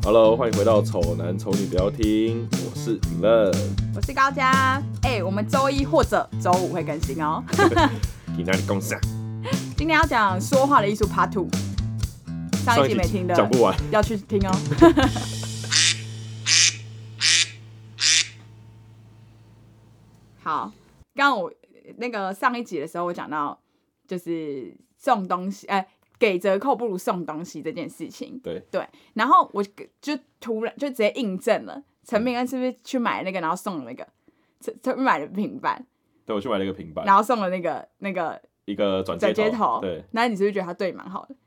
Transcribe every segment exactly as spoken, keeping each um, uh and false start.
Hello， 欢迎回到丑男丑女不要听，我是评论， 我是高嘉。哎、欸，我们周一或者周五会更新哦。 你哪里讲啥？ 今天要讲说话的艺术 Part Two， 上一集没听的讲不完， 要去听哦。好，刚刚我那个上一集的时候，我讲到就是送东西，哎、呃，给折扣不如送东西这件事情。 对对，然后我就突然就直接印证了，陈明恩是不是去买那个，然后送了那个，他买了平板， 对，我去买了一个平板， 然后送了那个那个一个转接接头， 对， 那你是不是觉得他对蛮好的？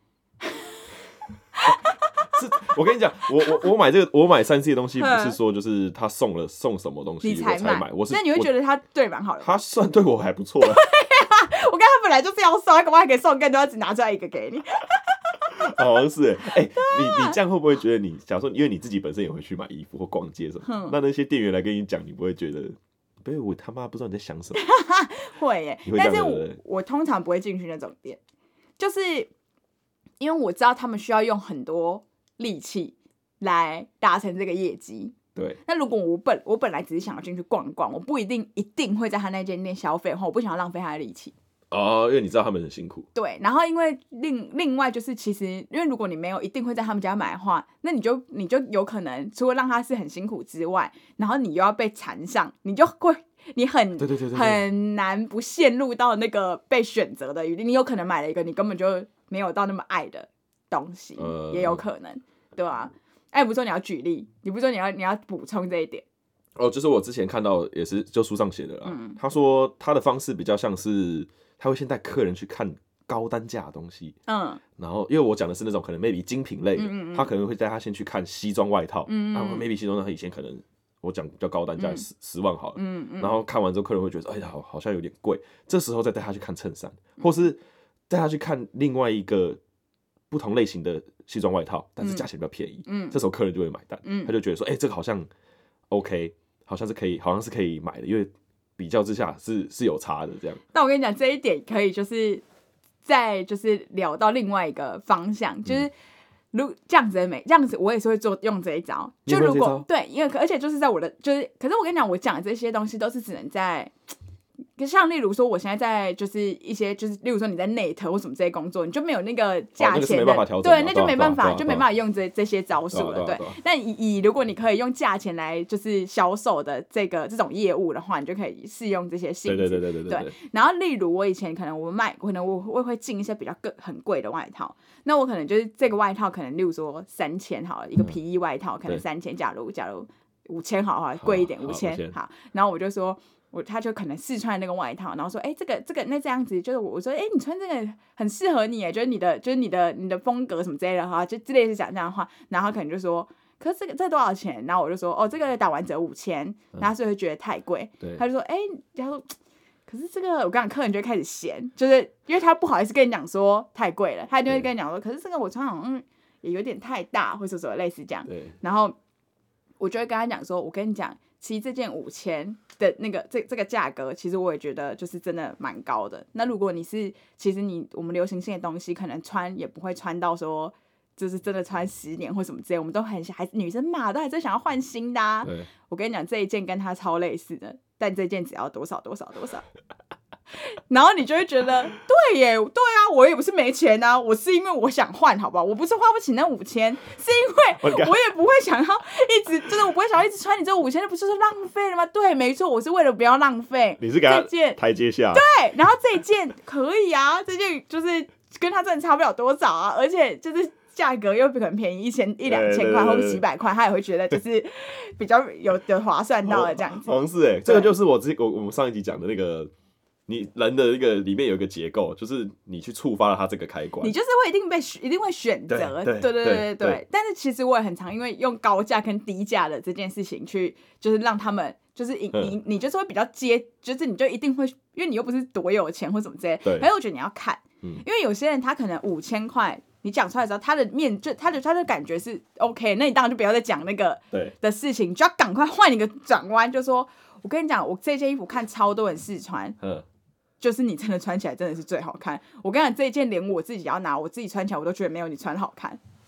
是，我跟你讲，我我我买这个，我买三 C 的东西，不是说就是他送了送什么东西你才买, 我才买，我是那你会觉得他对蛮好的？ 他算对我还不错了。 我看他本来就是要送，他干嘛还可以送更多，他只拿出来一个给你。 好像是哎、欸欸，你你这样会不会觉得你，假如说因为你自己本身也会去买衣服或逛街什么，嗯、那那些店员来跟你讲，你不会觉得，不是我他妈不知道你在想什么？ 会耶， 会但是我我通常不会进去那种店，就是因为我知道他们需要用很多力气来达成这个业绩。 对。 那如果我本我本来只是想要进去逛逛，我不一定一定会在他那间店消费的话，我不想要浪费他的力气。 哦，因为你知道他们很辛苦。 对，然后因为另另外就是其实，因为如果你没有一定会在他们家买的话，那你就你就有可能除了让他是很辛苦之外，然后你又要被缠上，你就会你很对对对对很难不陷入到那个被选择的余地。你有可能买了一个你根本就没有到那么爱的东西，呃、也有可能，对吧？哎，不是说你要举例，你不是说你要你要补充这一点。 哦，就是我之前看到也是就书上写的啦，嗯、他说他的方式比较像是。他会先带客人去看高单价的东西，嗯，然后因为我讲的是那种可能 maybe 精品类的，嗯嗯他可能会带他先去看西装外套，嗯然后 maybe 西装外套以前可能我讲比较高单价十十万好了，嗯嗯然后看完之后客人会觉得哎呀好好像有点贵，这时候再带他去看衬衫，或是带他去看另外一个不同类型的西装外套，但是价钱比较便宜，嗯，这时候客人就会买单，嗯，他就觉得说哎、欸、这个好像 OK， 好像是可以好像是可以买的，因为。比较之下是是有差的这样， 但我跟你讲这一点可以就是再就是聊到另外一个方向，就是如这样子的美这样子我也是会做用这一招，就如果对，因为而且就是在我的就是可是我跟你讲我讲的这些东西都是只能在。像例如说，我现在在就是一些就是，例如说你在内特或什么这些工作，你就没有那个价钱的， 哦那個、 对，那就没辦法，就沒辦法用这这些招數了，對。但以以如果你可以用價錢來就是銷售的這個這種業務的話，你就可以試用這些性質， 對對對對 對, 對。然後例如我以前可能我賣，可能我我會進一些比較更很貴的外套，那我可能就是這個外套可能例如說三千好了，一個皮衣外套可能三千，假如假如五千好了，貴一點五千好，然後我就說。我他就可能試穿那個外套，然後說，哎、欸，這個這個那這樣子，就是我說，哎、欸，你穿這個很適合你，哎，就是你的就是你的你的風格什麼之類的哈，就之類是講這樣的話，然後他可能就說，可是這個這個多少錢？然後我就說，哦，這個打完折五千，然後他就會覺得太貴，嗯、他就說，哎、欸，他說，可是這個我剛剛客人就會開始嫌，就是因為他不好意思跟你講說太貴了，他就會跟你講說，可是這個我穿好像也有點太大，或者什麼類似這樣，然後我就會跟他講說，我跟你講。其實這件五千的那個這這個價格，其實我也覺得就是真的蠻高的。那如果你是，其實你我們流行性的東西，可能穿也不會穿到說，就是真的穿十年或什麼之類。我們都很還女生嘛，都還是想要換新的啊。我跟你講，這一件跟它超類似的，但這件只要多少多少多少。然後你就會覺得，對耶，對啊，我也不是沒錢啊，我是因為我想換，好不好？我不是花不起那五千，是因為我也不會想要一直，就是我不會想要一直穿你這五千，那不就是浪費了嗎？對，沒錯，我是為了不要浪費。 你是給他台階下。 對，然後這一件可以啊，這件就是跟他真的差不了多少啊，而且就是價格又不可能便宜一千一兩千塊或者幾百塊，他也會覺得就是比較有有划算到的這樣子。 好像是哎，這個就是我之我我們上一集講的那個。你人的一個裡面有一個結構，就是你去觸發了它這個開關， 你就是會一定被一定會選擇，對對對對 對, 對。但是其實我也很常因為用高價跟低價的這件事情去，就是讓他們就是你你你就是會比較接，就是你就一定會，因為你又不是多有錢或什麼之類，對。而且我覺得你要看，嗯、因為有些人他可能五千塊，你講出來之後，他的面就他的他的感覺是 OK， 那你當然就不要再講那個的事情，就要趕快換一個轉彎，就說我跟你講，我這件衣服看超多人試穿，嗯。就是你真的穿起來真的是最好看。我跟你講，這一件連我自己要拿，我自己穿起來我都覺得沒有你穿好看。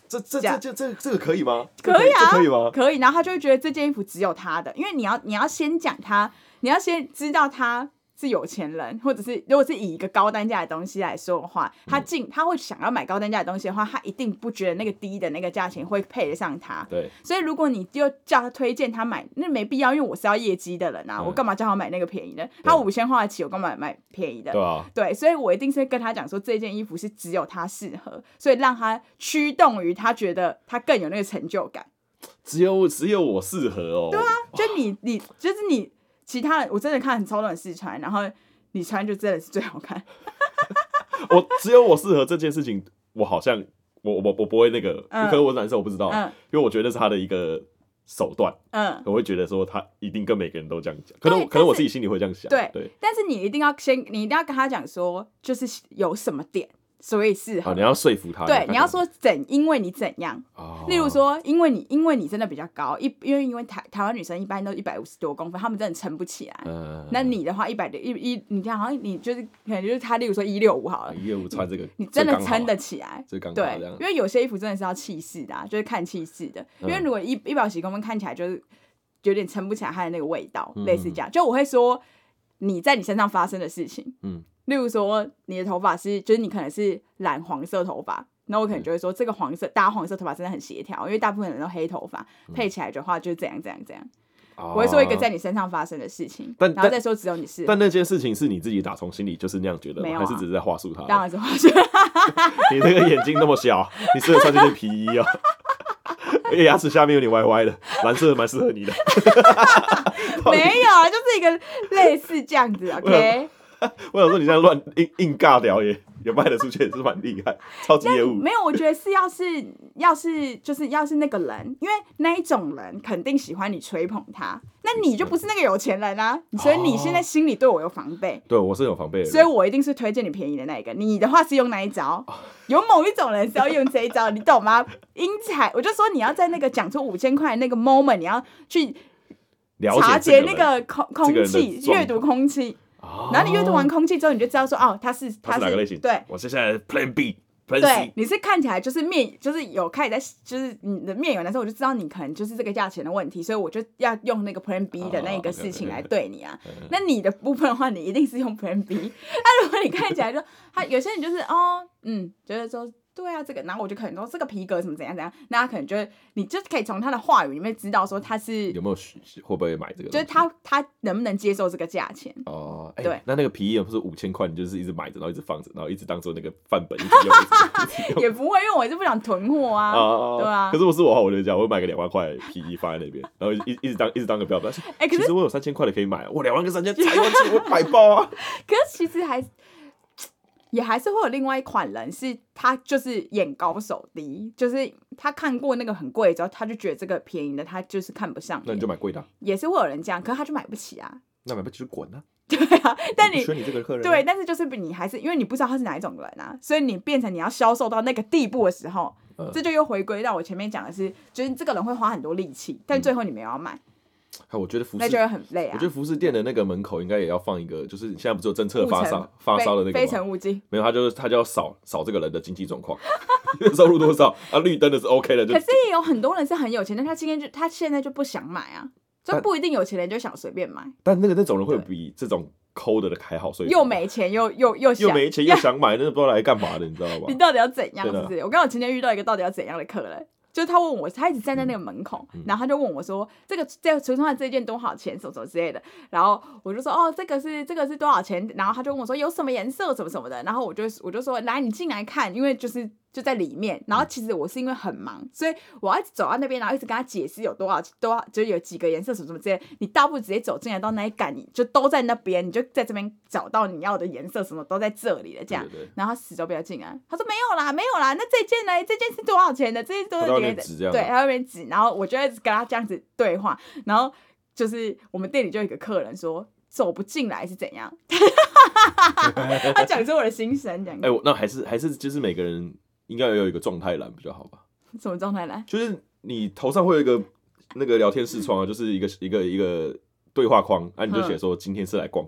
这这这这这这个可以吗？ 可以啊， 可以吗？ 可以。然后他就会觉得这件衣服只有他的，因为你要你要先讲他，你要先知道他是有钱人，或者是如果是以一个高单价的东西来说的话，他进他会想要买高单价的东西的话，他一定不觉得那个低的那个价钱会配得上他。 对， 所以如果你就叫他推荐他买，那没必要，因为我是要业绩的人啊，嗯、我干嘛叫他买那个便宜的？他五千花得起，我干嘛买便宜的？ 对啊， 对，所以我一定是跟他讲说，这件衣服是只有他适合，所以让他驱动于他觉得他更有那个成就感。 只有只有我适合哦。 对啊，就你你就是你其他人，我真的看很超多人试穿，然后。你穿就真的是最好看。 我只有我适合这件事情，我好像我我我不会那个，嗯、可能我是男生我不知道，嗯、因为我觉得是他的一个手段，嗯，我会觉得说他一定跟每个人都这样讲，可能可能我自己心里会这样想， 对对。 但是你一定要先，你一定要跟他讲说，就是有什么点。所以适合、 哦，你要说服他。 对，你要说怎，因为你怎样。哦、例如说，因为你，因为你真的比较高，一因为因为台台湾女生一般都一百五十多公分，她们真的撑不起来。嗯。那你的话，一百一一，你看好像你就是可能就是他，例如说一六五好了。 一六五穿这个， 你真的撑得起来。 这刚好对，因为有些衣服真的是要气势的、啊，就是看气势的。因为如果一一百几公分看起来就是有点撑不起来它的那个味道，嗯、类似这样。就我会说你在你身上发生的事情。嗯。例如说，你的头发是，就是你可能是染黄色头发，那我可能就会说，这个黄色搭黄色头发真的很协调，因为大部分人都黑头发，嗯、配起来的话就是怎样怎样怎样。哦、我会说一个在你身上发生的事情， 但然后再说只有你是。 但那件事情是你自己打从心里就是那样觉得吗？ 没有、啊， 还是只是在话术他？ 当然是话术。 你那个眼睛那么小，你适合穿这件皮衣哦。因为牙齿下面有点歪歪的，蓝色蛮适合你的。 没有啊，就是一个类似这样子 ，OK。 我想说，你这样乱硬硬尬聊也也卖得出去，也是蛮厉害，超级业务。 没有，我觉得是要是要是就是要是那个人，因为那一种人肯定喜欢你吹捧他，那你就不是那个有钱人啊，所以你现在心里对我有防备。 对，我是有防备的， 所以我一定是推荐你便宜的那一个。你的话是用那一招，有某一种人是要用这一招，你懂吗？因材，我就说你要在那个讲出五千块那个 moment， 你要去察觉那个空空气，阅读空气。然后你阅读完空气之后，你就知道说，哦，他是他是哪个类型？ 对， 我是现在 Plan B。 对，你是看起来就是面，就是有开始在，就是你的面有男生，我就知道你可能就是这个价钱的问题，所以我就要用那个 Plan B 的那个事情来对你啊。Oh, okay, okay, okay. 那你的部分的话，你一定是用 Plan B。那如果你看起来就，他有些人就是哦，嗯，觉得说。对啊，这个，然后我就可能说这个皮革什么怎样怎样，那他可能就会，你就可以从他的话语里面知道说他是有没有会不会买这个， 就是他他能不能接受这个价钱。 哦， 欸、对， 那那个皮衣不是五千块，你就是一直买着，然后一直放着，然后一直当做那个范本一直用，一直用也不会，因为我是不想囤货啊，哦、对啊。 可是我是我的话，我就讲，我会买个两万块皮衣放在那边，然后一一直当一直当个标本。哎、欸，其实我有三千块的可以买，我两万跟三千才万起，我买爆啊。 可是其实还。也还是会有另外一款人，是他就是眼高手低，就是他看过那个很贵之后，他就觉得这个便宜的他就是看不上。 那你就买贵的、啊。 也是会有人这样，可是他就买不起啊。 那买不起就滚啊。 对啊，但你选你这个客人、啊。 对，但是就是你还是因为你不知道他是哪一种人啊，所以你变成你要销售到那个地步的时候，嗯、这就又回归到我前面讲的是，就是这个人会花很多力气，但最后你没有要买。 嗯、我觉得服饰那就会很累啊。 我觉得服饰店的那个门口应该也要放一个，就是现在不是有侦测发烧发烧的那个吗？ 非诚勿近。 没有，他就是他就要扫扫这个人的经济状况，月收入多少啊？绿灯的是 OK 的。 可是也有很多人是很有钱，但他今天就他现在就不想买啊，就不一定有钱人就想随便买。 但那个那种人会比这种抠的还好，所以又没钱又又又想又没钱又想买，那不知道来干嘛的，你知道吗？ 你到底要怎样？是不是？我刚好今天遇到一个到底要怎样的客人。就是他问我，他一直站在那个门口，嗯、然后他就问我说：“这个这个橱窗的这件多少钱？什么什么之类的。”然后我就说：“哦，这个是这个是多少钱？”然后他就问我说：“有什么颜色？什么什么的。”然后我就我就说：“来，你进来看，因为就是就在里面。”然后其实我是因为很忙，所以我要一直走到那边，然后一直跟他解释有多少多少，就有几个颜色什么什么之类的。你倒不如直接走进来到那一杆，你就都在那边，你就在这边找到你要的颜色，什么都在这里了。这样， 对对对， 然后他死都不要进来。他说：“没有啦，没有啦，那这件呢？这件是多少钱的？这件多少钱的？”对，他会指，然后我就一直跟他这样子对话，然后就是我们店里就有一个客人说走不进来是怎样，他讲出我的心声，讲。 哎、欸，那还是还是就是每个人应该有一个状态栏比较好吧？ 什么状态栏？ 就是你头上会有一个那个聊天视窗啊，就是一个一个一个对话框，啊，你就写说今天是来逛逛。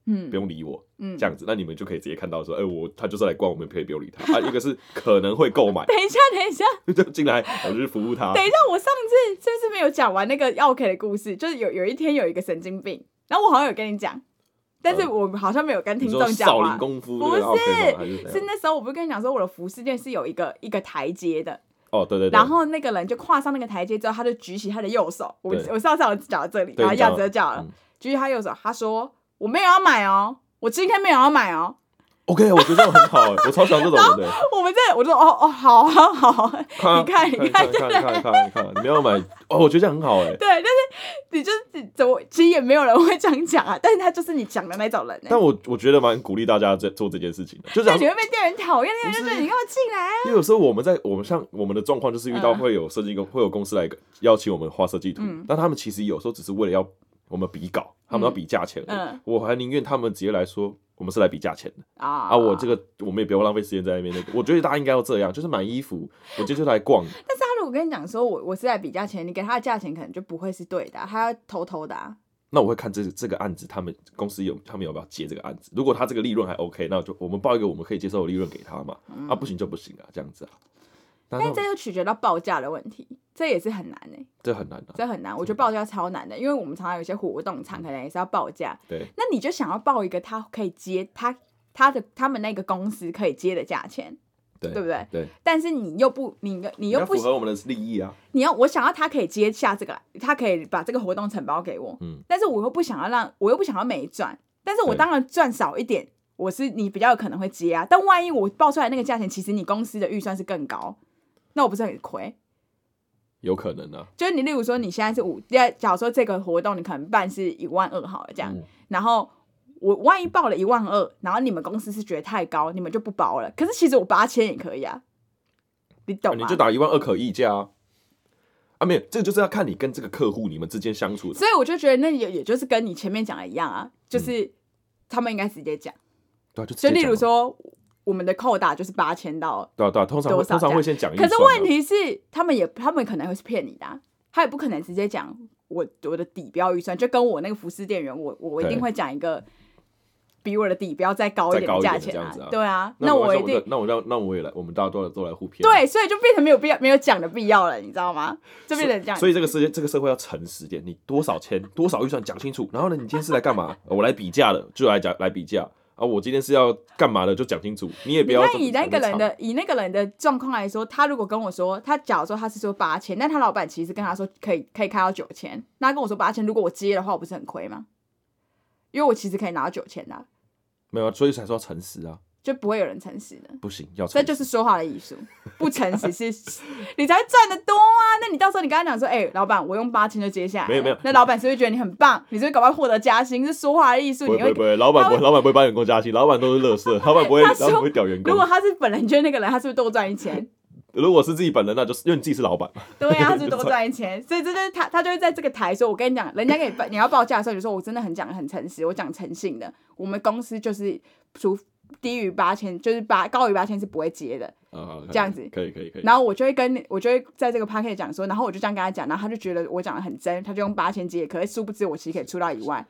嗯，不用理我，嗯，这样子，那你们就可以直接看到说，哎、欸，我他就是来逛，我们可以不用理他啊。一个是可能会购买， 等一下，等一下， 就进来，我就去服务他。 等一下，我上次是不是没有讲完那个奥 K 的故事？就是有有一天有一个神经病，然后我好像有跟你讲。但是我好像没有跟听众讲少林功夫， 不是， 是, 是那时候我不是跟你讲说我的服饰店是有一个一个台阶的哦，对对对， 然后那个人就跨上那个台阶之后，他就举起他的右手，我我上次有讲到这里，然后样子就叫了，嗯、举起他右手，他说我没有要买哦，我今天没有要买哦。 OK， 我觉得这样很好哎，我超喜欢这种人的。 我们这，我就说哦哦，好好好，你看你看， 看看看看看，你没有买哦，我觉得这样很好哎。 对，但是你就是怎么，其实也没有人会这样讲啊，但是他就是你讲的那种人。 但我我觉得蛮鼓励大家在做这件事情的，就是你会被店员讨厌，店员就觉得你干嘛进来啊？ 因为有时候我们在我们像我们的状况就是遇到会有设计公会有公司来邀请我们画设计图，但他们其实有时候只是为了要我们比稿，他们要比价钱而已，我还宁愿他们直接来说。我们是来比价钱的啊！啊，我这个我们也不要浪费时间在那边那个。我觉得大家应该要这样，就是买衣服，我今天就来逛。 但是他如果跟你讲说我我是来比价钱，你给他的价钱可能就不会是对的、啊，他要偷偷的啊。 那我会看这个这个案子，他们公司有他们有没有接这个案子？如果他这个利润还 OK， 那就我们报一个我们可以接受的利润给他嘛。嗯、啊，不行就不行啊，这样子啊。 但这就取决到报价的问题，这也是很难哎、欸。 这很难、啊， 这很难。我觉得报价超难的，因为我们常常有些活动场可能也是要报价。 对。 那你就想要报一个他可以接他。他的他们那个公司可以接的价钱， 对对不对？ 对。 但是你又不，你你又不符合我们的利益啊！ 你要我想要他可以接下这个，他可以把这个活动承包给我，嗯。但是我又不想要让，我又不想要没赚，但是我当然赚少一点，我是你比较有可能会接啊。但万一我报出来那个价钱，其实你公司的预算是更高，那我不是很亏？ 有可能啊。 就是你例如说你现在是五，假如说这个活动你可能办是一万二好了这样，嗯、然后。我万一报了一万二，然后你们公司是觉得太高，你们就不包了。可是其实我八千也可以啊，你懂吗？ 啊、你就打一万二可议价啊。啊，没有，这个就是要看你跟这个客户你们之间相处的。 所以我就觉得那也也就是跟你前面讲的一样啊，就是他们应该直接讲、嗯。 对啊，就直接讲。 就例如说，我们的扣打就是八千到对啊对啊，通常会通常会先讲、啊。 可是问题是，他们也他们可能会是骗你的、啊，他也不可能直接讲我我的底标预算，就跟我那个服饰店员，我我一定会讲一个。比我的底标再高一点的价钱啊，啊对啊，那我一定， 那我让那我也来，我们大家都来都来互骗， 对，所以就变成没有必要没有讲的必要了，你知道吗？就变成这样。 所以这个世界这个社会要诚实点，你多少钱多少预算讲清楚，然后呢，你今天是来干嘛？我来比价的，就来讲来比价啊！我今天是要干嘛的，就讲清楚，你也不要。 你看以那个人的以那个人的状况来说，他如果跟我说，他假如说他是说八千，但他老板其实跟他说可以可以开到九千，那他跟我说八千，如果我接的话，我不是很亏吗？因为我其实可以拿到九千的、啊。 没有，所以才说要诚实啊， 就不会有人诚实的。 不行，要诚实。 这就是说话的艺术，不诚实是你才会赚得多啊。那你到时候你跟他讲说，哎、欸，老板，我用八千就接下来， 没有没有， 那老板是不是觉得你很棒？你是不是搞不好获得加薪？是说话的艺术，你会不会？老板不会，老板不会帮员工加薪，老板都是垃圾，老板不会，老板不会屌员工。 如果他是本人就是那个人，他是不是多赚一千？ 如果是自己本人，那就是因为你自己是老板嘛。 对啊，他是多赚一千，所以这就是他，他就会在这个台说：“我跟你讲，人家给你你要报价的时候，你说我真的很讲很诚实，我讲诚信的。我们公司就是除低于八千，就是八高于八千是不会接的。 啊， 这样子可以可以可以。 然后我就会跟我就会在这个 podcast 讲说，然后我就这样跟他讲，然后他就觉得我讲的很真，他就用八千接，可是殊不知我其实可以出到一万。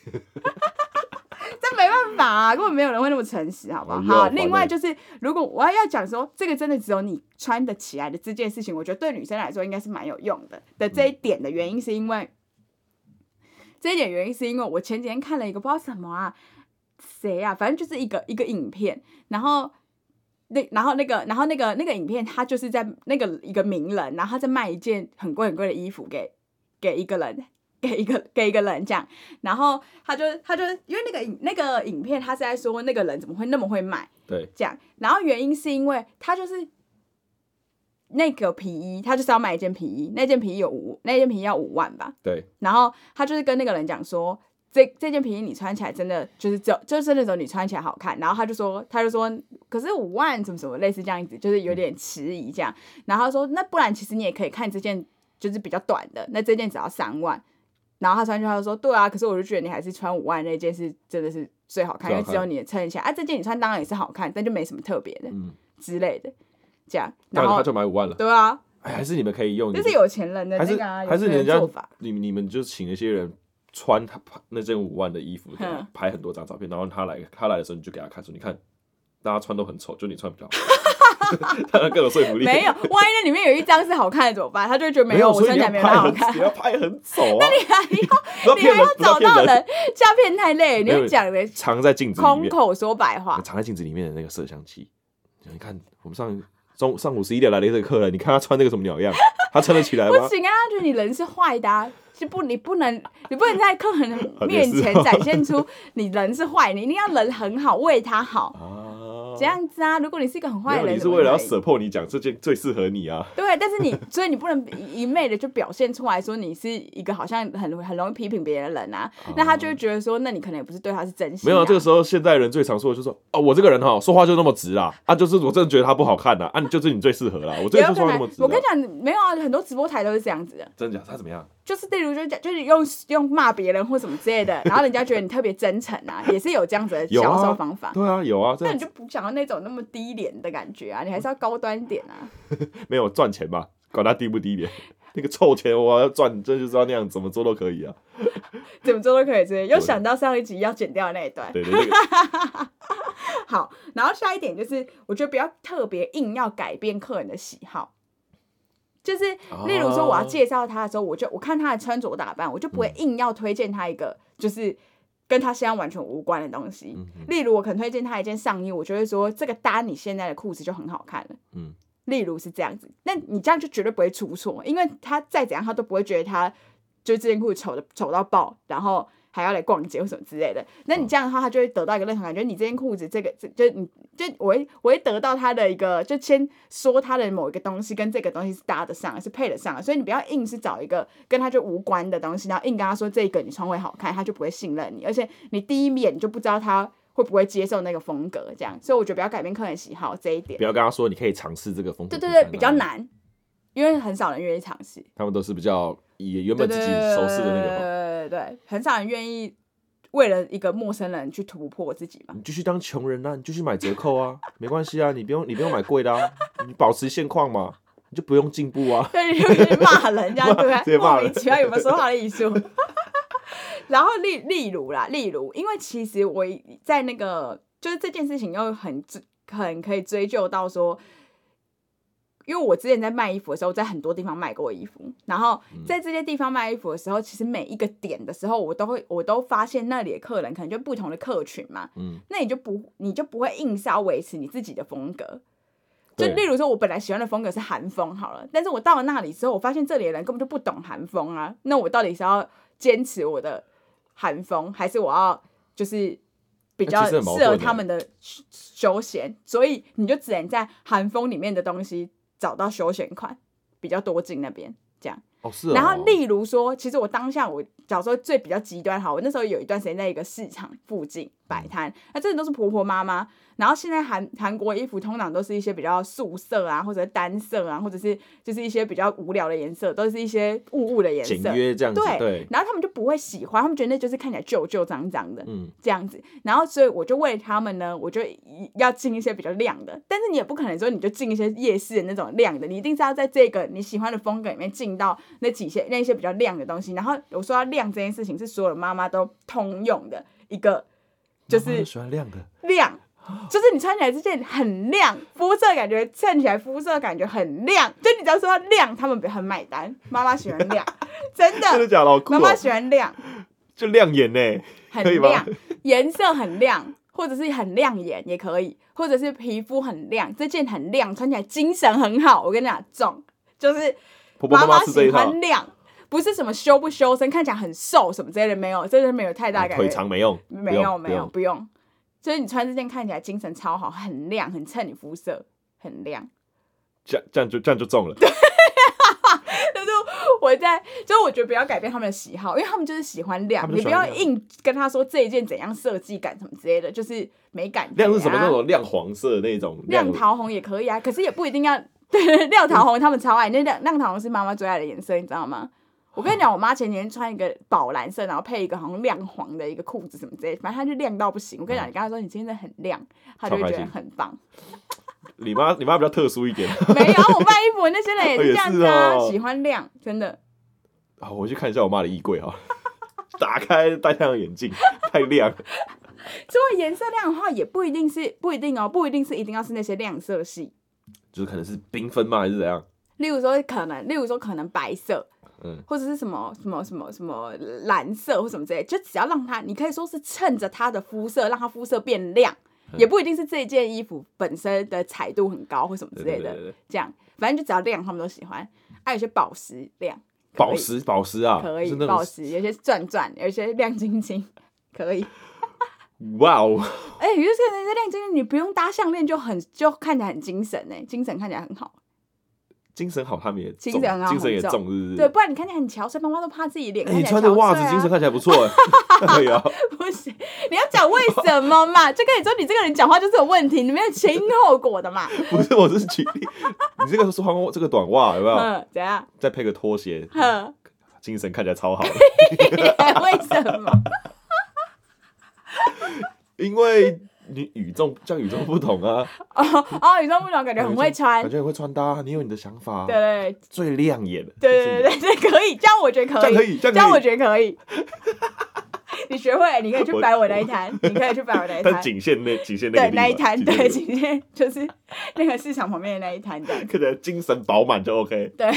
这没办法啊，根本没有人会那么诚实，好不好？好，另外就是，如果我要讲说，这个真的只有你穿得起来的这件事情，我觉得对女生来说应该是蛮有用的。的这一点的原因是因为，这一点原因是因为我前几天看了一个不知道什么啊，谁啊，反正就是一个一个影片，然后那然后那个然后那个那个影片，他就是在那个一个名人，然后他在卖一件很贵很贵的衣服给给一个人。给一个给一个人这样，然后他就他就因为那个影那个影片，他是在说那个人怎么会那么会卖， 对， 这样，然后原因是因为他就是那个皮衣，他就是要卖一件皮衣，那件皮衣有五，那件皮衣要五万吧， 对， 然后他就是跟那个人讲说，这这件皮衣你穿起来真的就是只有就是那种你穿起来好看，然后他就说他就说，可是五万什么什么类似这样子，就是有点迟疑这样，然后他说那不然其实你也可以看这件就是比较短的，那这件只要三万。然后他穿去，他就说：“对啊，可是我就觉得你还是穿五万那件是真的是最好看，因为只有你的衬起来啊。这件你穿当然也是好看，但就没什么特别的、嗯、之类的，这样。然后他就买五万了。 对啊， 哎，还是你们可以用， 这是有钱人的那个、啊， 还是还是人家做法。 你你们就请那些人穿他那件五万的衣服，拍很多张照片，然后他来他来的时候，你就给他看说，你看大家穿都很丑，就你穿比较好，当然更有说服力。 没有，万一那里面有一张是好看的怎么办？他就会觉得没有，我穿起来没有那好看。 你要拍很丑啊！ 那你还要你还要找到人，这样骗太累。你会讲的藏在镜子里面， 空口说白话， 藏在镜子里面的那个摄像机。你看我们上中上午十一点来的这个客人，你看他穿那个什么鸟样，他撑得起来吗？ 不行啊，他觉得你人是坏的啊。是不，你不能，你不能在客人面前展现出你人是坏，你一定要人很好，为他好，啊、这样子啊。如果你是一个很坏的人， 你是为了要舍破你讲这件最适合你啊。 对，但是你，所以你不能一昧的就表现出来说你是一个好像很很容易批评别人的人啊，啊那他就会觉得说，那你可能也不是对他是真心、啊。 没有，这个时候现在人最常说的就是说，哦，我这个人哈说话就那么直啊，啊，就是我真的觉得他不好看啊，啊，就是你最适合啦，我这个就说话那么直、啊。 我跟你讲，没有啊，很多直播台都是这样子的。 真的假的？他怎么样？ 就是例如就就是用用骂别人或什么之类的，然后人家觉得你特别真诚啊，也是有这样子的销售方法。 啊对啊，有啊。 那你就不想要那种那么低廉的感觉啊，你还是要高端点啊。 没有赚钱嘛，管他低不低廉，那个臭钱我要赚，这就知道那样怎么做都可以啊。 怎么做都可以，这又想到上一集要剪掉的那一段。 对对对。 好，然后下一点就是，我觉得不要特别硬要改变客人的喜好。就是，例如说我要介绍他的时候，我就我看他的穿着打扮，我就不会硬要推荐他一个就是跟他现在完全无关的东西。嗯、例如我可能推荐他一件上衣，我就会说这个搭你现在的裤子就很好看了。嗯，例如是这样子，那你这样就绝对不会出错，因为他再怎样他都不会觉得他就是这件裤子丑的丑到爆，然后还要来逛街或什么之类的。那你这样的话，他就会得到一个认同感，觉得你这件裤子这个就你就我会我会得到他的一个，就先说他的某一个东西跟这个东西是搭得上，是配得上的，所以你不要硬是找一个跟他就无关的东西，然后硬跟他说这个你穿会好看，他就不会信任你，而且你第一眼你就不知道他会不会接受那个风格，这样，所以我觉得不要改变客人喜好这一点， 不要跟他说你可以尝试这个风格， 对对对，比较难，因为很少人愿意尝试， 他们都是比较以原本自己熟悉的那个， 对对对对，很少人愿意为了一个陌生人去突破自己嘛。 你继续当穷人啊，你继续买折扣啊，没关系啊，你不用你不用买贵的啊，你保持现况嘛，你就不用进步啊。 对，你就骂人这样对不对？莫名其妙有没有说话的艺术？然后例例如啦，例如，因为其实我在那个就是这件事情又很很可以追究到说，因为我之前在卖衣服的时候，在很多地方卖过衣服，然后在这些地方卖衣服的时候，其实每一个点的时候，我都会我都发现那里的客人可能就不同的客群嘛，嗯，那你就不你就不会硬是要维持你自己的风格。就例如说，我本来喜欢的风格是韩风好了，但是我到了那里之后，我发现这里的人根本就不懂韩风啊，那我到底是要坚持我的韩风，还是我要就是比较适合他们的休闲？所以你就只能在韩风里面的东西找到休闲款比较多进那边这样。 哦是哦。 然后例如说，其实我当下我假如说最比较极端好，我那时候有一段时间在一个市场附近摆摊，那真的都是婆婆妈妈。然后现在韩韩国衣服通常都是一些比较素色啊，或者单色啊，或者是就是一些比较无聊的颜色，都是一些雾雾的颜色， 简约这样子。对, 对。然后他们就不会喜欢，他们觉得那就是看起来旧旧脏脏的，嗯，这样子。然后所以我就为他们呢，我就要进一些比较亮的，但是你也不可能说你就进一些夜市的那种亮的，你一定是要在这个你喜欢的风格里面进到那几些那些比较亮的东西。然后我说要亮这件事情是所有的妈妈都通用的一个，就是妈妈喜欢亮的亮。就是你穿起来这件很亮，肤色感觉衬起来肤色感觉很亮，就你只要说亮，他们很买单。妈妈喜欢亮，真的， 真的假的？好酷哦！ 妈妈喜欢亮， 就亮眼呢， 很亮，颜色很亮，或者是很亮眼也可以，或者是皮肤很亮，这件很亮，穿起来精神很好。我跟你讲，中就是妈妈喜欢亮。不是什么修不修身，看起来很瘦什么之类的，没有，真的没有太大感觉。 腿长没用， 没有没有不用。所以你穿这件看起来精神超好，很亮，很衬你肤色，很亮。 这样这样就这样就中了。 对，就是我在，就是我觉得不要改变他们的喜好，因为他们就是喜欢亮，你不要硬跟他说这一件怎样设计感什么之类的，就是没感觉、啊。 亮是什么那种亮黄色那种？ 亮桃红也可以啊，可是也不一定要。对，亮桃红他们超爱，那亮亮桃红是妈妈最爱的颜色，你知道吗？我跟你讲，我妈前几天穿一个宝蓝色，然后配一个好像亮黄的一个裤子什么之类的，反正她就亮到不行。我跟你讲，你跟她说你今天真的很亮，她就会觉得很棒。 你妈，你妈比较特殊一点。 没有，我卖衣服那些人也是这样子啊，哦、喜欢亮，真的。 好，我去看一下我妈的衣柜哈。 打开戴太阳眼镜，太亮了。 除了颜色亮的话，也不一定是不一定哦，不一定是一定要是那些亮色系， 就是可能是缤纷吗，还是怎样？ 例如说可能，例如说可能白色，嗯，或者是什么什么什么什么蓝色或什么之类，就只要让它，你可以说是趁着它的肤色，让它肤色变亮，嗯、也不一定是这件衣服本身的彩度很高或什么之类的，对对对对这样，反正就只要亮，他们都喜欢。还、啊、有些宝石亮， 宝石宝石啊， 可以，宝石有些钻钻，有些亮晶晶，可以。 哇哦！ 哎、欸，有些人在亮晶晶，你不用搭项链就很就看起来很精神哎，精神看起来很好。 精神好，他们也精神很好， 精神也重，是不是？ 对，不然你看起来很憔悴，妈妈都怕自己脸看起来憔悴、啊。 你穿的袜子，精神看起来不错哎。可以啊。 不行，你要讲为什么嘛？就跟你说，你这个人讲话就是有问题，你没有前因后果的嘛。 不是，我是举例，你这个穿这个短袜有没有？ 怎样？ 再配个拖鞋，精神看起来超好的。 为什么？ 因为你与众像与众不同啊！ 哦哦，与众不同，感觉很会穿， 感觉很会穿搭，你有你的想法， 对对， 最亮眼的， 对对对对，可以，这样我觉得可以， 这样可以， 这样我觉得可以。你学会，你可以去摆我那一摊，你可以去摆我那一摊。 但仅限那仅限那对那一摊，对，仅限就是那个市场旁边的那一摊这样。 可能精神饱满就 OK。 对。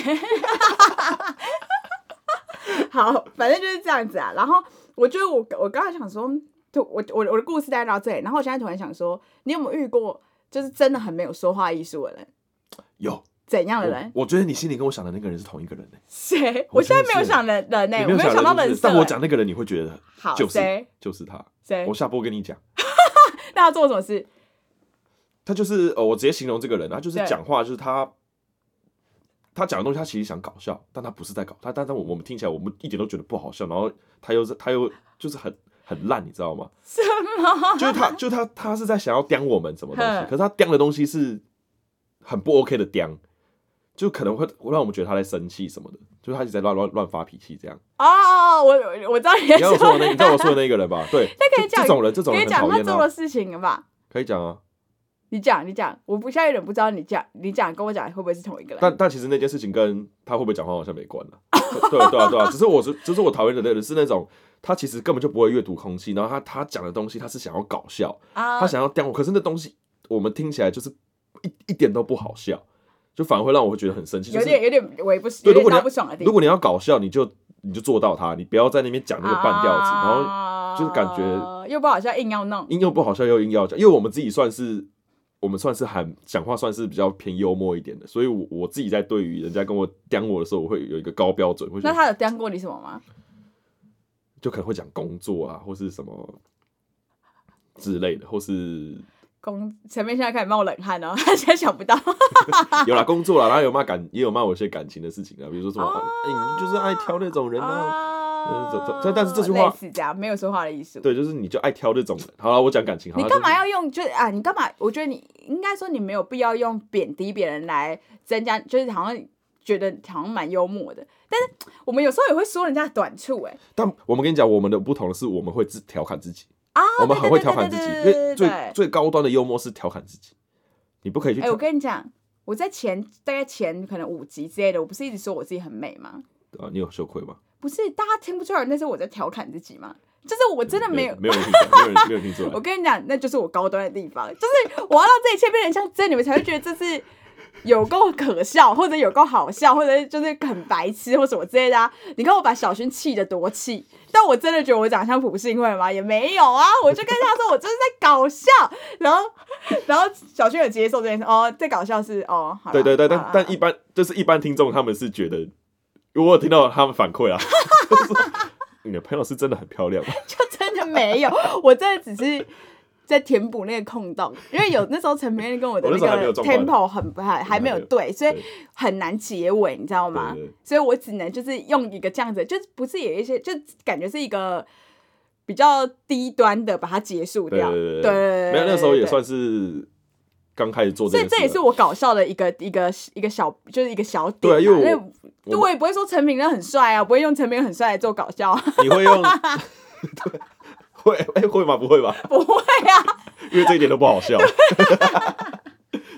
好，反正就是这样子啊。然后我觉得我我刚才想说。就我我我的故事大概到这里，然后我现在突然想说，你有没有遇过就是真的很没有说话艺术的人？ 有。 怎样的人？ 我, 我觉得你心里跟我想的那个人是同一个人呢、 欸。谁？我现在没有想的人呢、欸，我没有想到人设、欸。 但我讲那个人，你会觉得好， 就是谁？ 就是他。 谁？ 我下播跟你讲。 那他做什么事？ 他就是呃，我直接形容这个人，他就是讲话，就是他。他讲的东西，他其实想搞笑，但他不是在搞他，但但我们听起来，我们一点都觉得不好笑，然后他又是他又就是很很烂，你知道吗？ 什么？ 就是他，就他，他是在想要刁我们什么东西，可是他刁的东西是很不 OK 的刁，就可能会让我们觉得他在生气什么的，就是他一直在乱乱乱发脾气这样。 哦，我我知道你在说的那， 你知道我说的那个人吧？对， 那可以讲这种人，这种人很讨厌啊。 可以讲他做的事情了吧？ 可以讲啊。 你讲，你讲，我不现在有点不知道你讲，你讲跟我讲会不会是同一个人？ 但但其实那件事情跟他会不会讲话好像没关了。对啊对啊对啊，只是我是，只是我讨厌的人是那种他其实根本就不会阅读空气，然后他他讲的东西他是想要搞笑，啊、他想要刁我，可是那东西我们听起来就是一一点都不好笑，就反而会让我会觉得很生气， 有点有点微不对，如果你不爽的地方。 如果你要搞笑，你就你就做到它，你不要在那边讲那个半调子，啊、然后就是感觉又不好笑，硬要弄， 硬又不好笑又硬要讲，因为我们自己算是。我们算是很讲话，算是比较偏幽默一点的，所以我，我自己在对于人家跟我刁我的时候，我会有一个高标准。会那他有刁过你什么吗？ 就可能会讲工作啊，或是什么之类的，或是工前面现在开始冒冷汗了，他现在想不到。 有啦，工作啦，然后有骂感，也有骂我一些感情的事情啊，比如说什么，哎、哦欸，你就是爱挑那种人啊。哦但但是这句话类似这样，没有说话的艺术。 对，就是你就爱挑这种人。好了，我讲感情。 你干嘛要用？就是啊，你干嘛？我觉得你应该说你没有必要用贬低别人来增加，就是好像觉得好像蛮幽默的。但是我们有时候也会说人家的短处、欸，哎。 但我们跟你讲，我们的不同的是，我们会自调侃自己啊，我们很会调侃自己，因为最最高端的幽默是调侃自己，你不可以去。哎、 欸，我跟你讲，我在前大概前可能五集之类的，我不是一直说我自己很美吗？ 啊，你有羞愧吗？ 不是，大家听不出来那是我在调侃自己吗？就是我真的没有， 没有人听出来，没有人没有听出来。 我跟你讲，那就是我高端的地方，就是我要让这一切变成像真，你们才会觉得这是有够可笑，或者有够好笑，或者就是很白痴或什么之类的啊！你看我把小薰气得多气，但我真的觉得我长得像朴信惠吗？也没有啊！我就跟他说我就是在搞笑，然后然后小薰有接受这件事，哦，在搞笑是哦，好对对对，但但一般就是一般听众他们是觉得。我有听到他们反馈啊，你的朋友是真的很漂亮吗？ 就真的没有，我真的只是在填补那个空洞，因为有那时候陈培跟我的那个 tempo 很还还没有对，所以很难结尾，你知道吗？对对对，所以我只能就是用一个这样子，就不是有一些，就感觉是一个比较低端的把它结束掉。对对对， 没有那时候也算是。刚开始做这件事， 所以这也是我搞笑的一个一个一个小，就是一个小点、 啊。对，因为我我, 我也不会说陈品仁很帅啊，不会用陈品仁很帅来做搞笑、啊。 你会用？对，会哎、欸、会吗？不会吧？ 不会啊， 因为这一点都不好笑。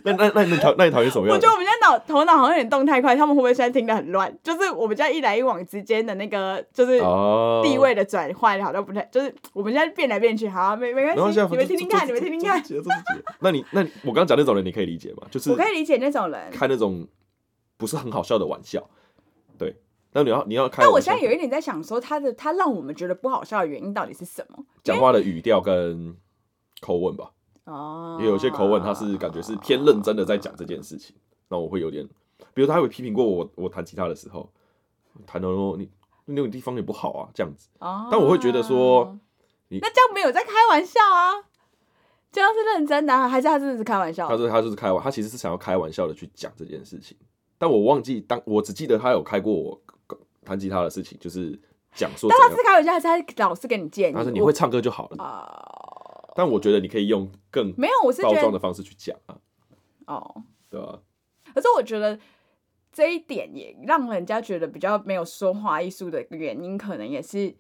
那那那你讨那你讨厌什么样的？ 我觉得我们现在脑头脑好像有点动太快，他们会不会现在听得很乱？就是我们家一来一往之间的那个就是地位的转换，好像不太，就是我们现在变来变去，好没没关系，你们听听看，你们听听看。 那你那你我刚刚讲那种人，你可以理解吗？就是我可以理解那种人开那种不是很好笑的玩笑，对。那你要你要开， 但我现在有一点在想说，他的他让我们觉得不好笑的原因到底是什么？ 讲话的语调跟口吻吧。哦，因为有些口吻他是感觉是偏认真的在讲这件事情，那我会有点，比如他会批评过我，我弹吉他的时候，弹的说你那种地方也不好啊，这样子。哦，但我会觉得说， 那这样没有在开玩笑啊，这样是认真的、啊，还是他真的是开玩笑？ 他是他就是开玩，他其实是想要开玩笑的去讲这件事情，但我忘记当我只记得他有开过我弹吉他的事情，就是讲说， 但他是开玩笑还是他老是给你建议？ 他说你会唱歌就好了。哦，但我觉得你可以用更没有我是包装的方式去讲啊。 哦， 对啊。 可是我觉得这一点也让人家觉得比较没有说话艺术的原因，可能也是，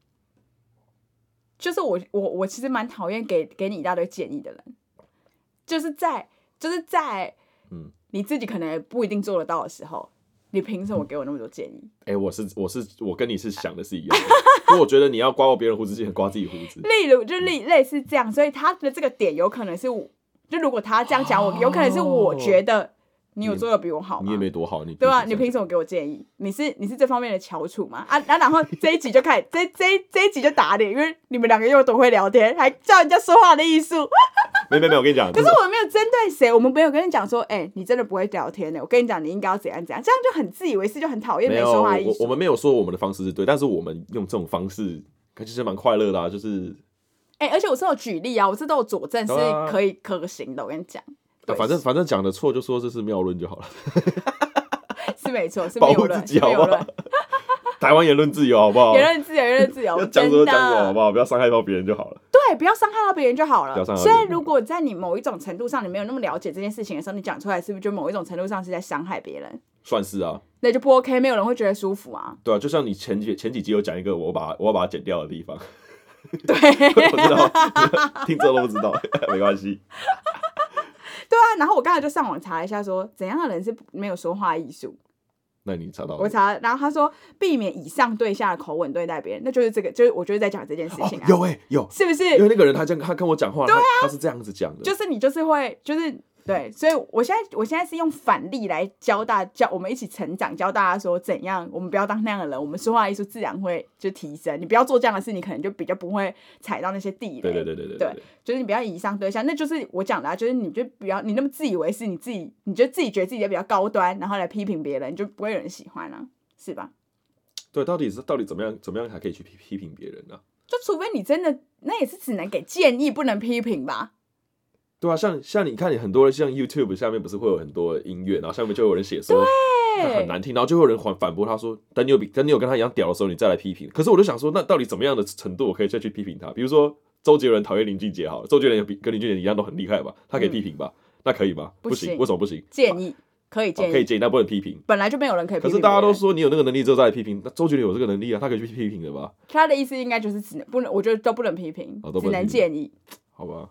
就是我我我其实蛮讨厌给给你一大堆建议的人，就是在就是在嗯你自己可能也不一定做得到的时候。你凭什么给我那么多建议？ 哎、欸，我是我是我跟你是想的是一样的，因为我觉得你要刮过别人胡子之前刮自己胡子。 例如就类类似这样，所以他的这个点有可能是我，就如果他这样讲我，有可能是我觉得你有做的比我好吗？ 你也没多好，你对吧、啊？你凭什么给我建议？你是你是这方面的翘楚吗？啊，然后这一集就开始这这这一集就打脸，因为你们两个又多会聊天，还教人家说话的艺术。 没没没，我跟你讲， 可是我们没有针对谁，我们没有跟你讲说，哎、欸，你真的不会聊天的。我跟你讲，你应该要怎样怎样，这样就很自以为是，就很讨厌没说话艺术。 我我们没有说我们的方式是对，但是我们用这种方式，其实蛮快乐的啊，就是。 哎、欸，而且我是有举例啊，我是都有佐证是可以可行的。我跟你讲、 啊，反正反正讲的错就说这是谬论就好了。 是没错，是谬论，是谬论。 台湾言论自由好不好？ 言论自由，言论自由， 要讲什么讲什么好不好？不要伤害到别人就好了。 对，不要伤害到别人就好了。所以，如果在你某一种程度上你没有那么了解这件事情的时候，你讲出来是不是就某一种程度上是在伤害别人？ 算是啊。 那就不 OK， 没有人会觉得舒服啊。 对啊，就像你前几前几集有讲一个我把我要把它剪掉的地方。 对， 我知道，听众都不知道，没关系。 对啊，然后我刚才就上网查一下说，说怎样的人是没有说话艺术。 那你查到了？ 我查，然后他说避免以上对下的口吻对待别人，那就是这个，就是我就是在讲这件事情啊。 哦、有哎、欸、有， 是不是？ 因为那个人他这样，他跟我讲话， 对啊他，他是这样子讲的， 就是你就是会就是。对，所以我现在我现在是用反例来教大教我们一起成长，教大家说怎样，我们不要当那样的人，我们说话艺术自然会就提升。你不要做这样的事，你可能就比较不会踩到那些地雷。 对对对对 对, 对，就是你不要以上对下，那就是我讲的啊，就是你就不要你那么自以为是，你自己你就自己觉得自己比较高端，然后来批评别人，就不会有人喜欢啊，是吧？ 对，到底是到底怎么样怎么样才可以去批批评别人呢、啊？ 就除非你真的，那也是只能给建议，不能批评吧。 对啊，像像你看，你很多人像 YouTube 下面不是会有很多音乐，然后下面就有人写说很难听，然后就会有人反反驳他说，等你有等你有跟他一样屌的时候，你再来批评。可是我就想说，那到底怎么样的程度我可以再去批评他？比如说周杰伦讨厌林俊杰好了，周杰伦跟林俊杰一样都很厉害吧，他可以批评吧？嗯、那可以吗？不行，为什么不行？ 建议可以建议、哦， 可以建议，但不能批评。 本来就没有人可以批评。 可是大家都说你有那个能力之后再来批评，那周杰伦有这个能力啊，他可以去批评的吧？ 他的意思应该就是只能不能，我觉得都不能批评，哦、只能建议。 好吧。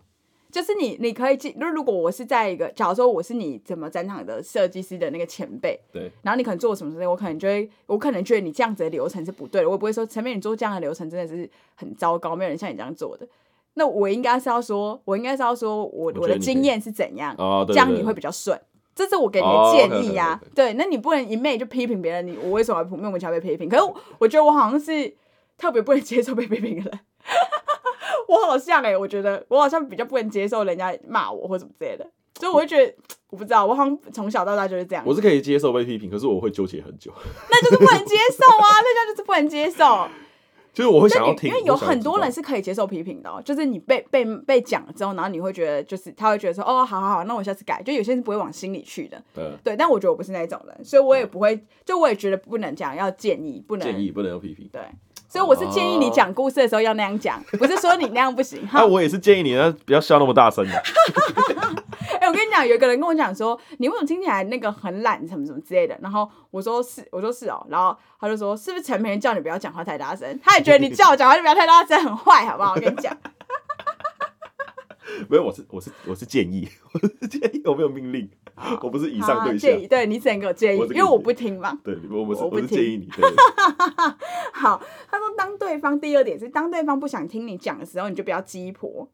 你，你可以，就如果我是在一个，假如说我是你怎么展场的设计师的那个前辈， 对， 然后你可能做什么事情，我可能就会，我可能觉得你这样子的流程是不对的，我也不会说前面你做这样的流程真的是很糟糕，没有人像你这样做的。那我应该是要说，我应该是要说我我的经验是怎样， 哦、对对对， 这样你会比较顺。这是我给你的建议啊， oh, okay, okay, okay. 对，那你不能一昧就批评别人，你我为什么要莫名其妙被批评？可是我觉得我好像是特别不能接受被批评的人。我好像哎、欸，我觉得我好像比较不能接受人家骂我或什么之类的，所以我会觉得我不知道，我好像从小到大就是这样。 我是可以接受被批评，可是我会纠结很久。 那就是不能接受啊，那就是不能接受。 就是我会想要听， 因为有很多人是可以接受批评的、喔，就是你被被被讲了之后，然后你会觉得就是他会觉得说哦，好好好，那我下次改。就有些人是不会往心里去的，对对。但我觉得我不是那种人，所以我也不会，就我也觉得不能讲，要建议，不能建议，不能有批评， 对。所以我是建议你讲故事的时候要那样讲，不是说你那样不行。 那、啊、我也是建议你呢，不要笑那么大声的。 哎、欸，我跟你讲，有一个人跟我讲说，你为什么听起来那个很懒，什么什么之类的。然后我说是，我说是哦。然后他就说，是不是陈培叫你不要讲话太大声？他也觉得你叫我讲话就不要太大声，很坏，好不好？我跟你讲。 没有，我是我是我是建议，我是建议，我没有命令，我不是以上对象。 建议，对你只能给我建议，因为我不听嘛。 对，我不是， 我不是建议你。 好，他说当对方第二点是，当对方不想听你讲的时候，你就不要鸡婆，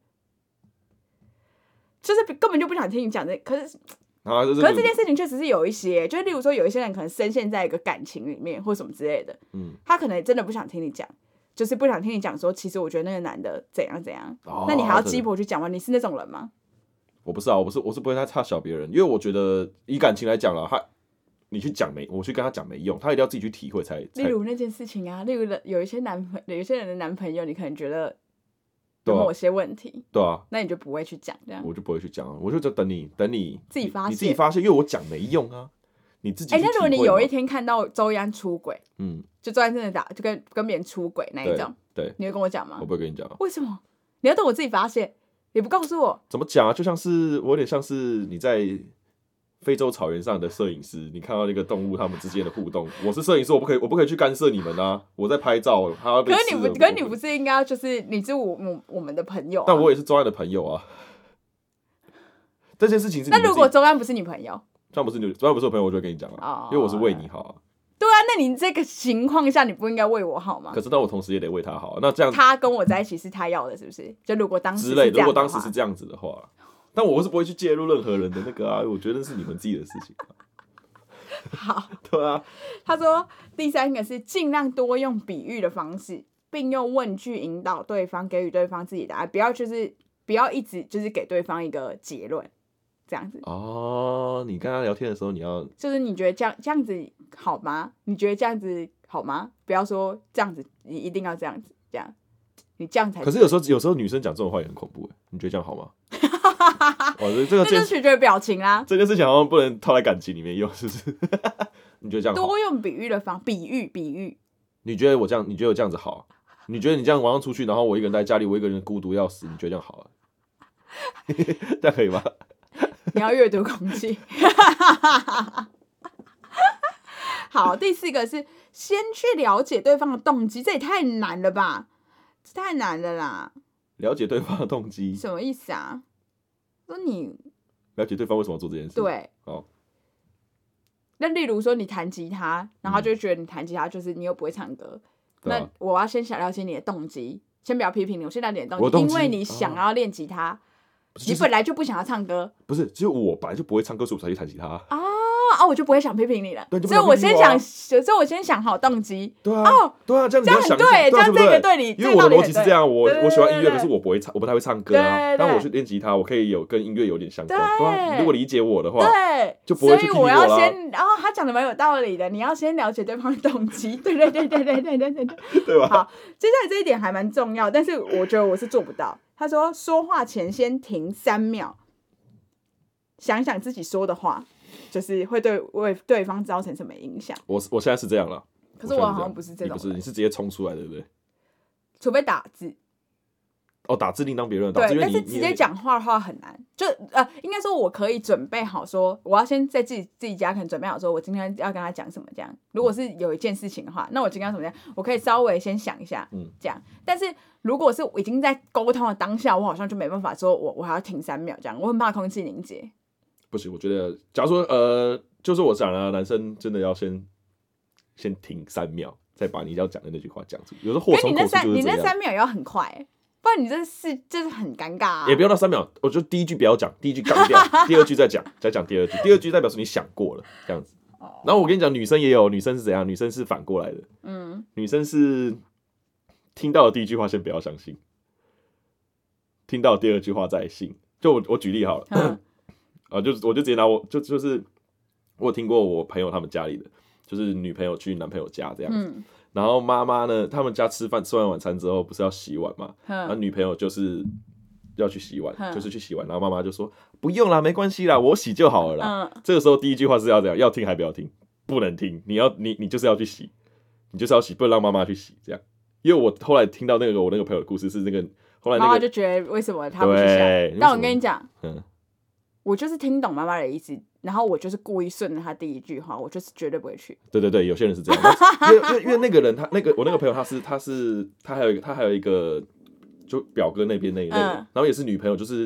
就是根本就不想听你讲的。可是， 啊、 可是这件事情确实是有一些，就是例如说有一些人可能深陷在一个感情里面或什么之类的，嗯，他可能真的不想听你讲。就是不想听你讲说，其实我觉得那个男的怎样怎样，哦、那你还要鸡婆去讲吗？你是那种人吗？ 我不是啊，我不是，我是不会太差小别人，因为我觉得以感情来讲啦，他你去讲没，我去跟他讲没用，他一定要自己去体会才。 例如那件事情啊，例如有一些男朋有一些人的男朋友，你可能觉得有某些问题， 对啊， 那你就不会去讲，这样我就不会去讲啊，我就等你等你自己发现， 你自己发现，因为我讲没用啊。你自己哎、欸， 那如果你有一天看到周一安出轨，嗯，就周一安真的打，就跟跟别人出轨那一种， 对，对你会跟我讲吗？ 我不会跟你讲、啊。 为什么？你要等我自己发现，也不告诉我。 怎么讲啊？就像是我有点像是你在非洲草原上的摄影师，你看到那个动物它们之间的互动，我是摄影师，我不可以，我不可以去干涉你们啊！我在拍照，他要被吃了。 可是你不，可是你不是应该就是你是我我我们的朋友、啊， 但我也是周安的朋友啊。这件事情是你， 那如果周安不是你朋友？ 这样不是你，这样不是我朋友，我就会跟你讲了、啊， oh, 因为我是为你好啊。 对啊，那你这个情况下，你不应该为我好吗？ 可是，那我同时也得为他好。那这样， 他跟我在一起是他要的，是不是？就如果当时是这样的话， 之类，如果当时是这样子的话，但我是不会去介入任何人的那个啊，我觉得是你们自己的事情、啊。 好， 对啊。 他说第三个是尽量多用比喻的方式，并用问句引导对方，给予对方自己的答案，不要就是不要一直就是给对方一个结论。这样子哦，你跟他聊天的时候，你要就是你觉得这样这样子好吗？你觉得这样子好吗？不要说这样子，你一定要这样子，这样你这样才。 可是有时候有时候女生讲这种话也很恐怖哎，你觉得这样好吗？我觉得这个这就取决于表情啦。 这个事情好像不能套在感情里面用，是不是？你觉得这样好？ 多用比喻的方，比喻比喻。 你觉得我这样？你觉得我这样子好？你觉得你这样晚上出去，然后我一个人在家里，我一个人孤独要死，你觉得这样好啊？这样可以吗？ 你要阅读空气。好，第四个是先去了解对方的动机，这也太难了吧？这太难了啦！ 了解对方的动机什么意思啊？说你了解对方为什么做这件事？ 对，哦。那例如说你弹吉他，然后他就觉得你弹吉他就是你又不会唱歌，嗯、那我要先想了解你的动机，先不要批评你，我先了解你的动机，因为你想要练吉他。哦你本来就不想要唱歌， 不是，只有我本来就不会唱歌，所以我才去弹吉他啊。 啊，我就不会想批评你了。 对， 所以我先想，所以我先想好动机。 对啊，哦，对啊，这样这样很对，这样这个对你， 因为我的逻辑是这样，我我喜欢音乐，可是我不会唱，我不太会唱歌啊。但我去练吉他，我可以有跟音乐有点相关。对，如果理解我的话， 对， 就不会去批评我了。 所以我要先，然后他讲的蛮有道理的，你要先了解对方的动机。对对对对对对对对对， 对吧？ 好，接下来这一点还蛮重要，但是我觉得我是做不到。他说，说话前先停三秒。想想自己说的话，就是会对为对方造成什么影响。 我我现在是这样了， 可是我好像不是这种， 你不是，你是直接冲出来，对不对？ 除非打字。 哦，打字另当别论。对， 但是直接讲话的话很难。就呃，应该说我可以准备好说，我要先在自己自己家可能准备好说，我今天要跟他讲什么这样。如果是有一件事情的话，那我今天要怎么样？我可以稍微先想一下，嗯，这样。但是如果是已经在沟通的当下，我好像就没办法说我我还要停三秒这样，我很怕空气凝结。 不行，我觉得，假如说，呃，就是我讲了，男生真的要先先停三秒，再把你要讲的那句话讲出。有时候祸从口出就是这样。 你那三秒也要很快、欸，不然你这是就是很尴尬啊。 也不要到三秒，我就第一句不要讲，第一句干掉，第二句再讲，再讲第二句，第二句代表说你想过了这样子。然后我跟你讲，女生也有，女生是怎样？女生是反过来的，嗯，女生是听到的第一句话先不要相信，听到第二句话再信。就我我举例好了。嗯啊，就我就直接拿我就就是我有听过我朋友他们家里的，就是女朋友去男朋友家这样子，嗯、然后妈妈呢，他们家吃饭吃完晚餐之后不是要洗碗嘛，然后女朋友就是要去洗碗，就是去洗碗，然后妈妈就说不用啦，没关系啦，我洗就好了啦。嗯、这个时候第一句话是要这样，要听还不要听？不能听，你要你你就是要去洗，你就是要洗，不能让妈妈去洗这样。因为我后来听到那个我那个朋友的故事是那个后来那个妈妈就觉得为什么他不去洗？但我跟你讲，嗯。我就是听懂妈妈的意思，然后我就是故意顺着她第一句话，我就是绝对不会去。 对对对，有些人是这样，因为因为因为那个人他那个我那个朋友他是他是他还有一个他还有一个就表哥那边那一类的，嗯、然后也是女朋友，就是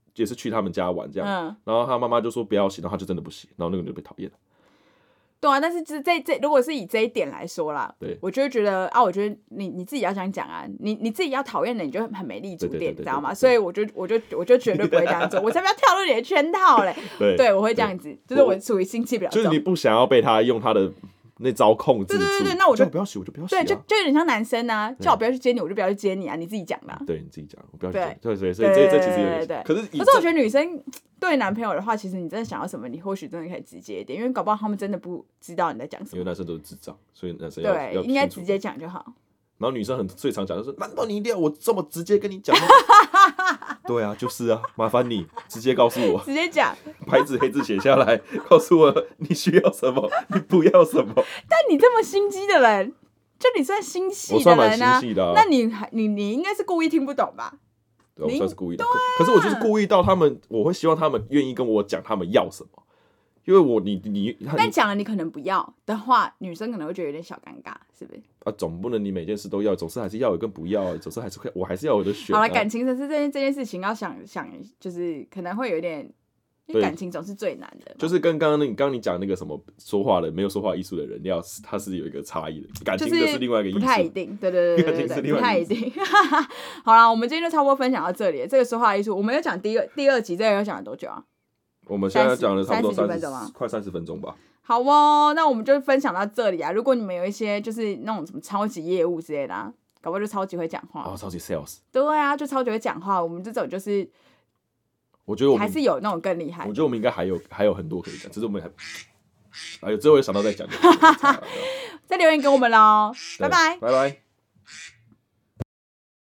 也是去他们家玩这样，嗯、然后他妈妈就说不要洗，然后他就真的不洗，然后那个人就被讨厌了。 对啊，但是这这如果是以这一点来说啦， 对， 我就会觉得啊，我觉得你你自己要想讲啊，你你自己要讨厌的，你就很没立足点，你知道吗？所以我就我就我就绝对不会这样做，我才不要跳入你的圈套嘞。对，对我会这样子，就是我属于心气比较重， 就是你不想要被他用他的那招控制住。 对对对对，那我就不要洗，我就不要洗、啊。 对，就就有点像男生啊，叫我不要去接你，我就不要去接你啊，你自己讲的、啊。 对，你自己讲，我不要去接。对对，所以这这其实有点。 对， 可是可是我觉得女生对男朋友的话，其实你真的想要什么，你或许真的可以直接一点，因为搞不好他们真的不知道你在讲什么。 因为男生都是智障，所以男生要对应该直接讲就好。 然后女生很最常讲就是，难道你一定要我这么直接跟你讲吗？对啊，就是啊，麻烦你直接告诉我， 直接讲， 白纸黑字写下来，告诉我你需要什么，你不要什么。 但你这么心机的人，就你算心细的人啊， 我算蛮心细的啊， 那你你你应该是故意听不懂吧？ 对，我算是故意的，啊、可, 可是我就是故意到他们，我会希望他们愿意跟我讲他们要什么。因为我你你， 但讲了你可能不要的话，女生可能会觉得有点小尴尬，是不是？ 啊，总不能你每件事都要，总是还是要有跟不要啊，总是还是会，我还是要有的选、啊。 好了，感情的是这件这件事情，要想想，就是可能会有一点，因为感情总是最难的。 就是跟刚刚那，刚刚你讲那个什么说话的没有说话艺术的人，要它是有一个差异的，感情的是另外一个艺术， 不太一定，对对对对对对，不太一定。好啦，我们今天就差不多分享到这里。这个说话艺术，我们要讲第二第二集，这个要讲了多久啊？ 我们现在讲了差不多三十分钟吗？ 快三十分钟吧。 好哦，那我们就分享到这里啊。如果你们有一些就是那种什么超级业务之类的、啊，搞不好就超级会讲话。 哦，超级 sales。对啊，就超级会讲话。我们这种就是， 我觉得我们还是有那种更厉害。 我觉得我们应该还有还有很多可以讲，只是我们还还有之后有想到再讲。 再留言给我们喽，拜拜， 拜拜。